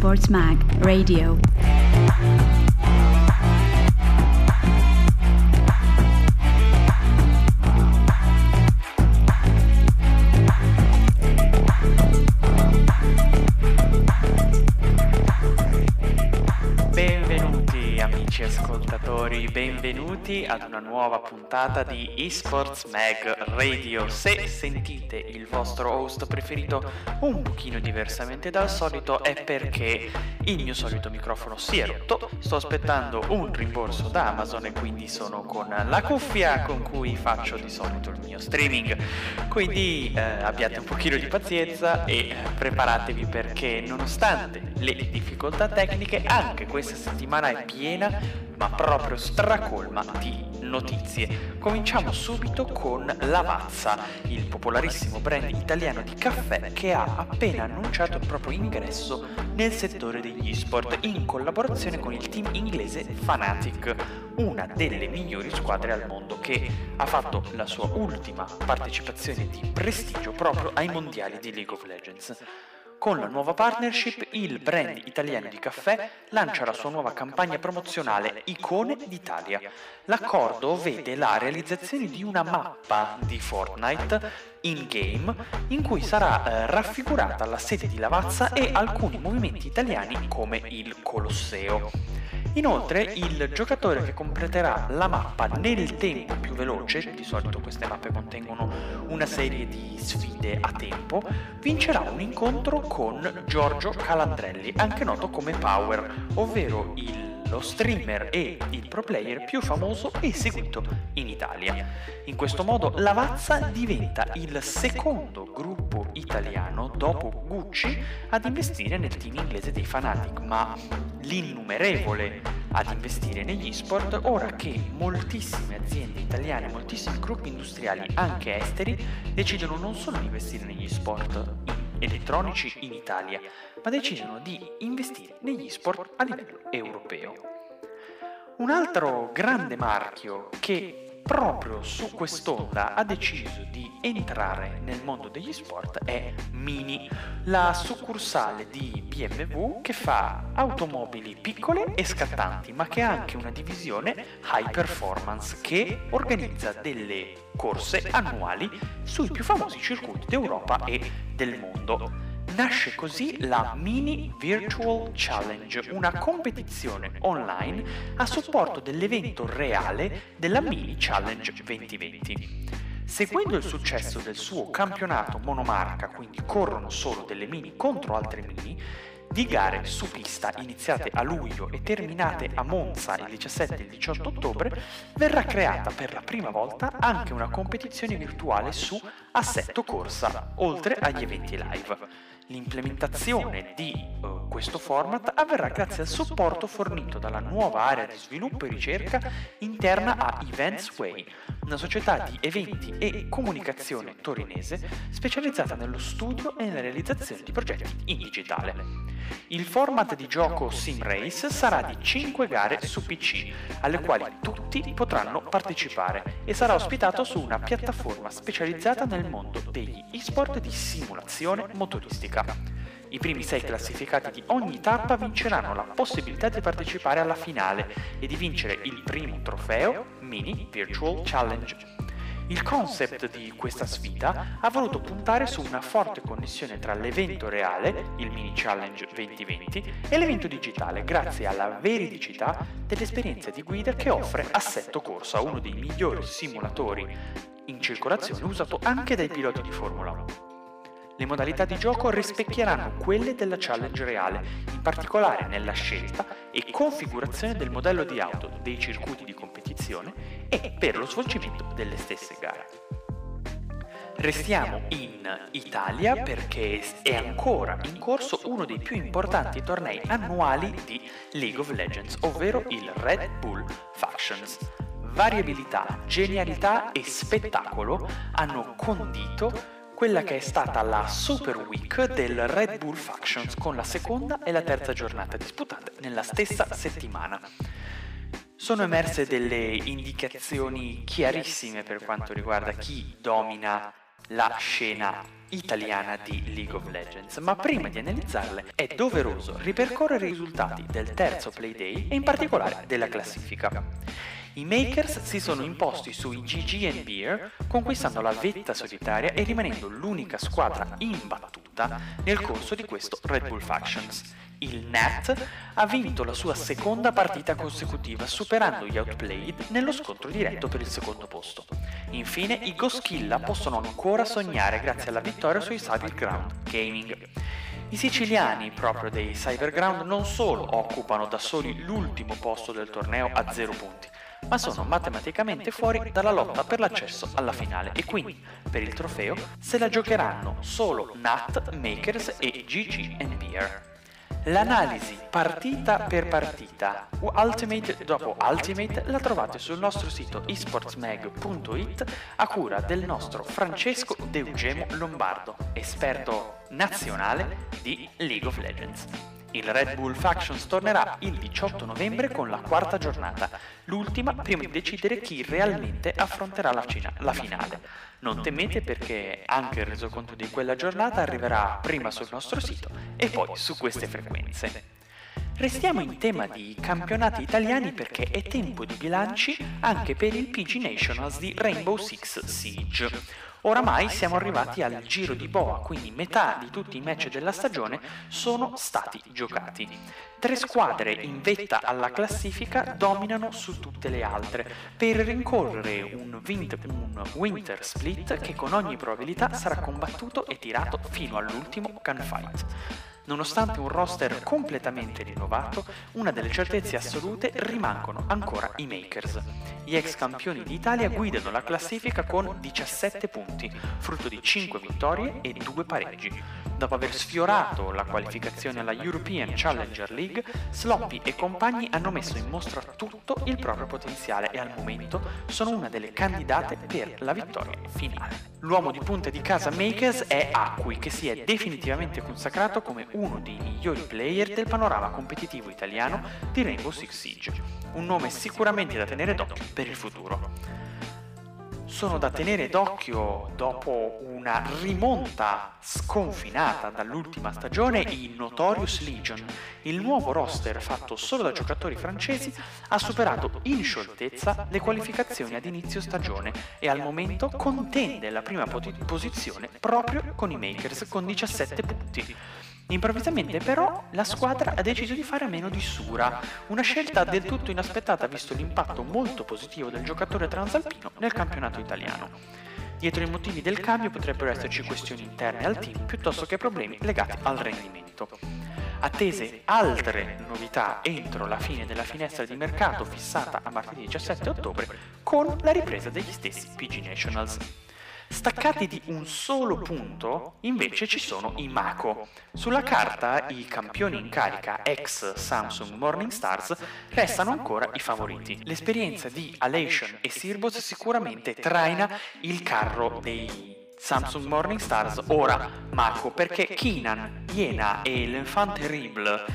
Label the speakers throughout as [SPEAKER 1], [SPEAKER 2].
[SPEAKER 1] Esports Mag Radio.
[SPEAKER 2] Benvenuti amici ascoltatori, benvenuti ad una nuova puntata di Esports Mag Radio. Se sentite il vostro host preferito un pochino diversamente dal solito è perché il mio solito microfono si è rotto. Sto aspettando un rimborso da Amazon e quindi sono con la cuffia con cui faccio di solito il mio streaming. Quindi abbiate un pochino di pazienza e preparatevi perché nonostante le difficoltà tecniche anche questa settimana è piena ma proprio stracolma di notizie. Cominciamo subito con Lavazza, il popolarissimo brand italiano di caffè che ha appena annunciato il proprio ingresso nel settore degli esport in collaborazione con il team inglese Fnatic, una delle migliori squadre al mondo che ha fatto la sua ultima partecipazione di prestigio proprio ai mondiali di League of Legends. Con la nuova partnership, il brand italiano di caffè lancia la sua nuova campagna promozionale Icone d'Italia. L'accordo vede la realizzazione di una mappa di Fortnite in-game in cui sarà raffigurata la sede di Lavazza e alcuni movimenti italiani come il Colosseo. Inoltre il giocatore che completerà la mappa nel tempo più veloce, di solito queste mappe contengono una serie di sfide a tempo, vincerà un incontro con Giorgio Calandrelli, anche noto come Power, ovvero lo streamer e il pro player più famoso e seguito in Italia. In questo modo Lavazza diventa il secondo gruppo italiano dopo Gucci ad investire nel team inglese dei Fnatic, ma l'innumerevole ad investire negli esport ora che moltissime aziende italiane, moltissimi gruppi industriali anche esteri decidono non solo di investire negli esport elettronici in Italia, ma decidono di investire negli esport a livello europeo. Un altro grande marchio che proprio su quest'onda ha deciso di entrare nel mondo degli sport è Mini, la succursale di BMW che fa automobili piccole e scattanti, ma che ha anche una divisione high performance che organizza delle corse annuali sui più famosi circuiti d'Europa e del mondo. Nasce così la Mini Virtual Challenge, una competizione online a supporto dell'evento reale della Mini Challenge 2020. Seguendo il successo del suo campionato monomarca, quindi corrono solo delle Mini contro altre Mini, di gare su pista iniziate a luglio e terminate a Monza il 17 e il 18 ottobre, verrà creata per la prima volta anche una competizione virtuale su assetto corsa, oltre agli eventi live. L'implementazione di questo format avverrà grazie al supporto fornito dalla nuova area di sviluppo e ricerca interna a Eventsway, una società di eventi e comunicazione torinese specializzata nello studio e nella realizzazione di progetti in digitale. Il format di gioco Sim Race sarà di 5 gare su PC, alle quali tutti potranno partecipare e sarà ospitato su una piattaforma specializzata nel mondo degli esport di simulazione motoristica. I primi 6 classificati di ogni tappa vinceranno la possibilità di partecipare alla finale e di vincere il primo trofeo Mini Virtual Challenge. Il concept di questa sfida ha voluto puntare su una forte connessione tra l'evento reale, il Mini Challenge 2020, e l'evento digitale, grazie alla veridicità dell'esperienza di guida che offre Assetto Corsa, uno dei migliori simulatori in circolazione usato anche dai piloti di Formula 1. Le modalità di gioco rispecchieranno quelle della challenge reale, in particolare nella scelta e configurazione del modello di auto, dei circuiti di competizione e per lo svolgimento delle stesse gare. Restiamo in Italia perché è ancora in corso uno dei più importanti tornei annuali di League of Legends, ovvero il Red Bull Factions. Variabilità, genialità e spettacolo hanno condito quella che è stata la Super Week del Red Bull Factions, con la seconda e la terza giornata disputate nella stessa settimana. Sono emerse delle indicazioni chiarissime per quanto riguarda chi domina la scena italiana di League of Legends, ma prima di analizzarle è doveroso ripercorrere i risultati del terzo Playday e in particolare della classifica. I Makers si sono imposti sui GG and Beer, conquistando la vetta solitaria e rimanendo l'unica squadra imbattuta nel corso di questo Red Bull Factions. Il Nat ha vinto la sua seconda partita consecutiva, superando gli Outplayed nello scontro diretto per il secondo posto. Infine, i Goskilla possono ancora sognare grazie alla vittoria sui Cyberground Gaming. I siciliani, proprio dei Cyberground, non solo occupano da soli l'ultimo posto del torneo a 0 punti, ma sono matematicamente fuori dalla lotta per l'accesso alla finale e quindi, per il trofeo, se la giocheranno solo Nat, Makers e GG and Beer. L'analisi partita per partita, Ultimate dopo Ultimate, la trovate sul nostro sito esportsmag.it a cura del nostro Francesco De Eugemo Lombardo, esperto nazionale di League of Legends. Il Red Bull Factions tornerà il 18 novembre con la quarta giornata, l'ultima prima di decidere chi realmente affronterà la finale. Non temete perché anche il resoconto di quella giornata arriverà prima sul nostro sito e poi su queste frequenze. Restiamo in tema di campionati italiani perché è tempo di bilanci anche per il PG Nationals di Rainbow Six Siege. Oramai siamo arrivati al giro di boa, quindi metà di tutti i match della stagione sono stati giocati. 3 squadre in vetta alla classifica dominano su tutte le altre per rincorrere un winter split che con ogni probabilità sarà combattuto e tirato fino all'ultimo gunfight. Nonostante un roster completamente rinnovato, una delle certezze assolute rimangono ancora i Makers. Gli ex campioni d'Italia guidano la classifica con 17 punti, frutto di 5 vittorie e 2 pareggi. Dopo aver sfiorato la qualificazione alla European Challenger League, Sloppy e compagni hanno messo in mostra tutto il proprio potenziale e al momento sono una delle candidate per la vittoria finale. L'uomo di punta di casa Makers è Acqui, che si è definitivamente consacrato come uno dei migliori player del panorama competitivo italiano di Rainbow Six Siege, un nome sicuramente da tenere d'occhio per il futuro. Sono da tenere d'occhio dopo una rimonta sconfinata dall'ultima stagione i Notorious Legion. Il nuovo roster fatto solo da giocatori francesi ha superato in scioltezza le qualificazioni ad inizio stagione e al momento contende la prima posizione proprio con i Makers con 17 punti. Improvvisamente però la squadra ha deciso di fare a meno di Sura, una scelta del tutto inaspettata visto l'impatto molto positivo del giocatore transalpino nel campionato italiano. Dietro i motivi del cambio potrebbero esserci questioni interne al team piuttosto che problemi legati al rendimento. Attese altre novità entro la fine della finestra di mercato fissata a martedì 17 ottobre con la ripresa degli stessi PG Nationals. Staccati di un solo punto, invece ci sono i Mako. Sulla carta, i campioni in carica ex Samsung Morning Stars restano ancora i favoriti. L'esperienza di Alation e Sirbos sicuramente traina il carro dei Samsung Morning Stars, ora Mako, perché Keenan, Iena e l'Enfant Terrible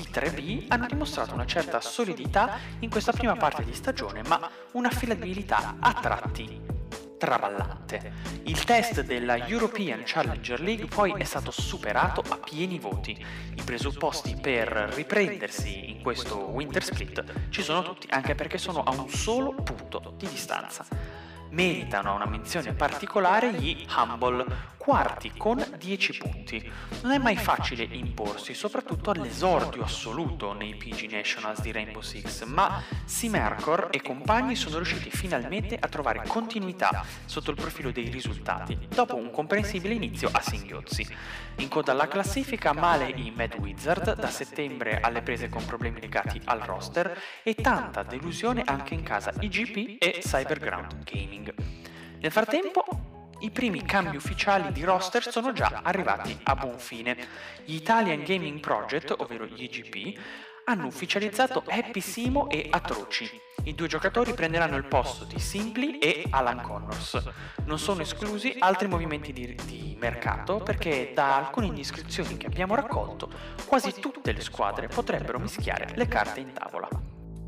[SPEAKER 2] T3B hanno dimostrato una certa solidità in questa prima parte di stagione, ma un'affidabilità a tratti traballante. Il test della European Challenger League poi è stato superato a pieni voti. I presupposti per riprendersi in questo winter split ci sono tutti, anche perché sono a un solo punto di distanza. Meritano una menzione particolare gli Humble, quarti con 10 punti. Non è mai facile imporsi, soprattutto all'esordio assoluto nei PG Nationals di Rainbow Six, ma Simercor e compagni sono riusciti finalmente a trovare continuità sotto il profilo dei risultati, dopo un comprensibile inizio a singhiozzi. In coda alla classifica male i Mad Wizard, da settembre alle prese con problemi legati al roster, e tanta delusione anche in casa IGP e Cyberground Gaming. Nel frattempo, i primi cambi ufficiali di roster sono già arrivati a buon fine. Gli Italian Gaming Project, ovvero gli IGP, hanno ufficializzato Happy Simo e Atroci. I due giocatori prenderanno il posto di Simply e Alan Connors. Non sono esclusi altri movimenti di mercato perché da alcune indiscrezioni che abbiamo raccolto, quasi tutte le squadre potrebbero mischiare le carte in tavola.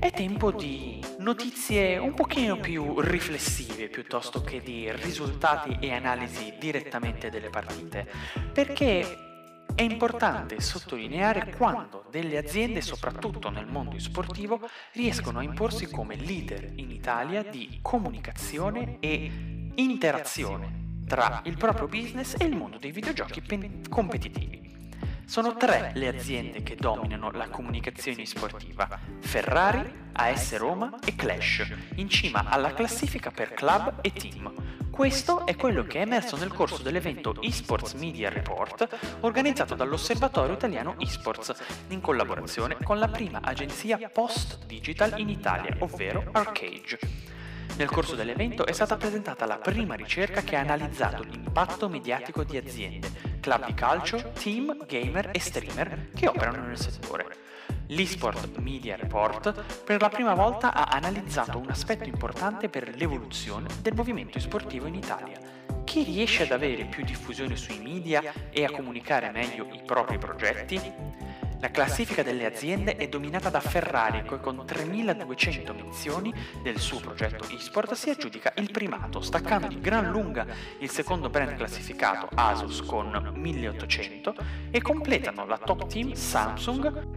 [SPEAKER 2] è tempo di notizie un pochino più riflessive piuttosto che di risultati e analisi direttamente delle partite, perché è importante sottolineare quando delle aziende, soprattutto nel mondo sportivo, riescono a imporsi come leader in Italia di comunicazione e interazione tra il proprio business e il mondo dei videogiochi competitivi. Sono 3 le aziende che dominano la comunicazione sportiva: Ferrari, AS Roma e Clash, in cima alla classifica per club e team. Questo è quello che è emerso nel corso dell'evento eSports Media Report organizzato dall'Osservatorio Italiano eSports in collaborazione con la prima agenzia post-digital in Italia, ovvero Arcade. Nel corso dell'evento è stata presentata la prima ricerca che ha analizzato l'impatto mediatico di aziende, club di calcio, team, gamer e streamer che operano nel settore. L'eSport Media Report per la prima volta ha analizzato un aspetto importante per l'evoluzione del movimento sportivo in Italia. Chi riesce ad avere più diffusione sui media e a comunicare meglio i propri progetti? La classifica delle aziende è dominata da Ferrari, che con 3.200 menzioni del suo progetto eSport si aggiudica il primato, staccando di gran lunga il secondo brand classificato, Asus, con 1.800, e completano la top team Samsung,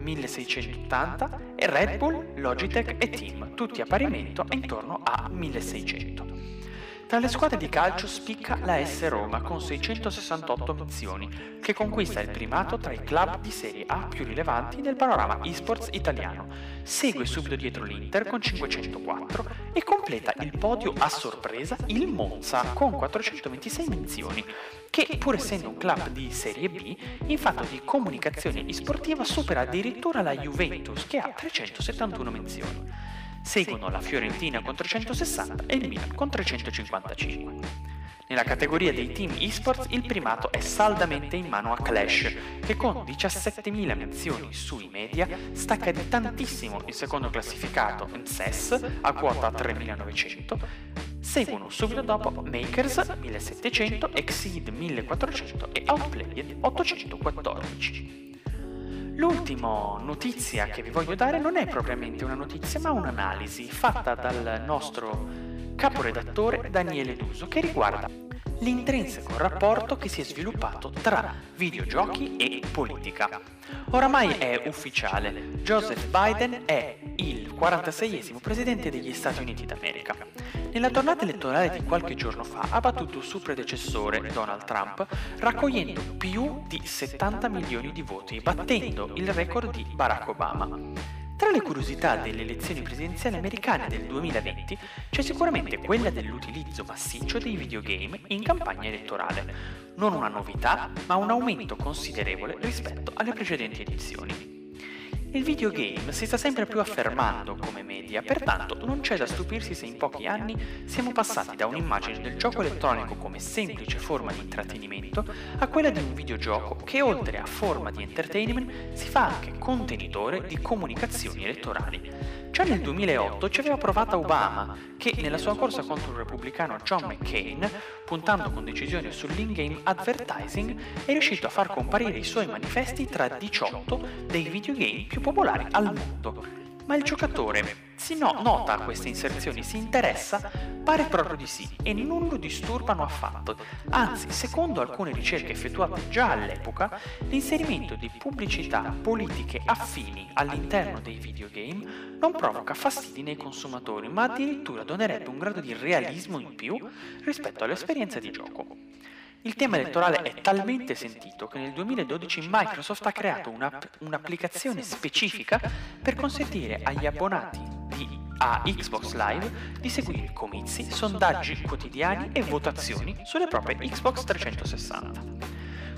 [SPEAKER 2] 1.680, e Red Bull, Logitech e Team, tutti a parimento intorno a 1.600. Tra le squadre di calcio spicca la AS Roma con 668 menzioni, che conquista il primato tra i club di Serie A più rilevanti nel panorama eSports italiano. Segue subito dietro l'Inter con 504 e completa il podio a sorpresa il Monza con 426 menzioni, che pur essendo un club di Serie B, in fatto di comunicazione esportiva supera addirittura la Juventus, che ha 371 menzioni. Seguono la Fiorentina con 360 e il Milan con 355. Nella categoria dei team eSports il primato è saldamente in mano a Clash, che con 17.000 menzioni sui media stacca di tantissimo il secondo classificato NCES a quota 3.900. Seguono subito dopo Makers 1.700, Exceed 1.400 e Outplayed 814. L'ultima notizia che vi voglio dare non è propriamente una notizia, ma un'analisi fatta dal nostro caporedattore Daniele Duso, che riguarda l'intrinseco rapporto che si è sviluppato tra videogiochi e politica. Oramai è ufficiale, Joseph Biden è il 46esimo presidente degli Stati Uniti d'America. Nella tornata elettorale di qualche giorno fa ha battuto il suo predecessore, Donald Trump, raccogliendo più di 70 milioni di voti, battendo il record di Barack Obama. Tra le curiosità delle elezioni presidenziali americane del 2020 c'è sicuramente quella dell'utilizzo massiccio dei videogame in campagna elettorale. Non una novità, ma un aumento considerevole rispetto alle precedenti edizioni. Il videogame si sta sempre più affermando come media, pertanto non c'è da stupirsi se in pochi anni siamo passati da un'immagine del gioco elettronico come semplice forma di intrattenimento a quella di un videogioco che oltre a forma di entertainment si fa anche contenitore di comunicazioni elettorali. Già nel 2008 ci aveva provata Obama, che nella sua corsa contro il repubblicano John McCain, puntando con decisione sull'in-game advertising, è riuscito a far comparire i suoi manifesti tra 18 dei videogame più popolari al mondo. Ma il giocatore nota queste inserzioni, si interessa? Pare proprio di sì, e non lo disturbano affatto. Anzi, secondo alcune ricerche effettuate già all'epoca, l'inserimento di pubblicità politiche affini all'interno dei videogame non provoca fastidi nei consumatori, ma addirittura donerebbe un grado di realismo in più rispetto all'esperienza di gioco. Il tema elettorale è talmente sentito che nel 2012 Microsoft ha creato un'applicazione specifica per consentire agli abbonati a Xbox Live di seguire comizi, sondaggi quotidiani e votazioni sulle proprie Xbox 360.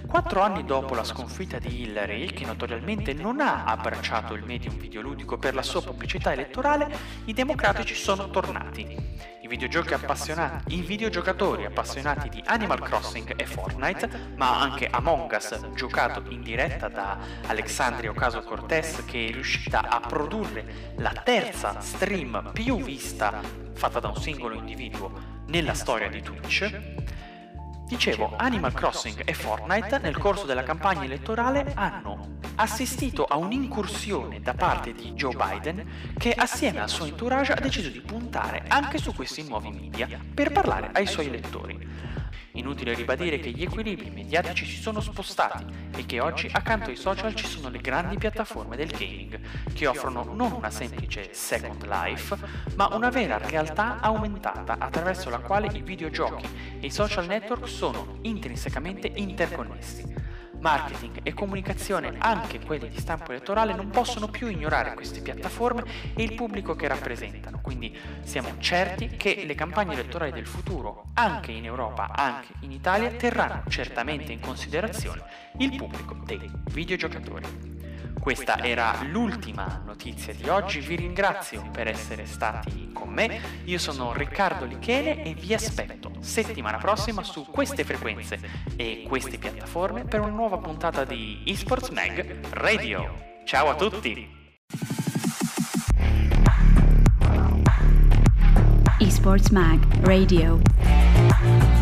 [SPEAKER 2] 4 anni dopo la sconfitta di Hillary, che notoriamente non ha abbracciato il medium videoludico per la sua pubblicità elettorale, i democratici sono tornati. I videogiocatori appassionati di Animal Crossing e Fortnite, ma anche Among Us, giocato in diretta da Alexandria Ocasio-Cortez, che è riuscita a produrre la terza stream più vista fatta da un singolo individuo nella storia di Twitch. Dicevo, Animal Crossing e Fortnite nel corso della campagna elettorale hanno assistito a un'incursione da parte di Joe Biden che assieme al suo entourage ha deciso di puntare anche su questi nuovi media per parlare ai suoi elettori. Inutile ribadire che gli equilibri mediatici si sono spostati e che oggi accanto ai social ci sono le grandi piattaforme del gaming che offrono non una semplice Second Life, ma una vera realtà aumentata attraverso la quale i videogiochi e i social network sono intrinsecamente interconnessi. Marketing e comunicazione, anche quelli di stampo elettorale, non possono più ignorare queste piattaforme e il pubblico che rappresentano, quindi siamo certi che le campagne elettorali del futuro, anche in Europa, anche in Italia, terranno certamente in considerazione il pubblico dei videogiocatori. Questa era l'ultima notizia di oggi, vi ringrazio per essere stati con me, io sono Riccardo Lichele e vi aspetto settimana prossima su queste frequenze e queste piattaforme per una nuova puntata di Esports Mag Radio. Ciao a tutti!
[SPEAKER 1] Esports Mag Radio.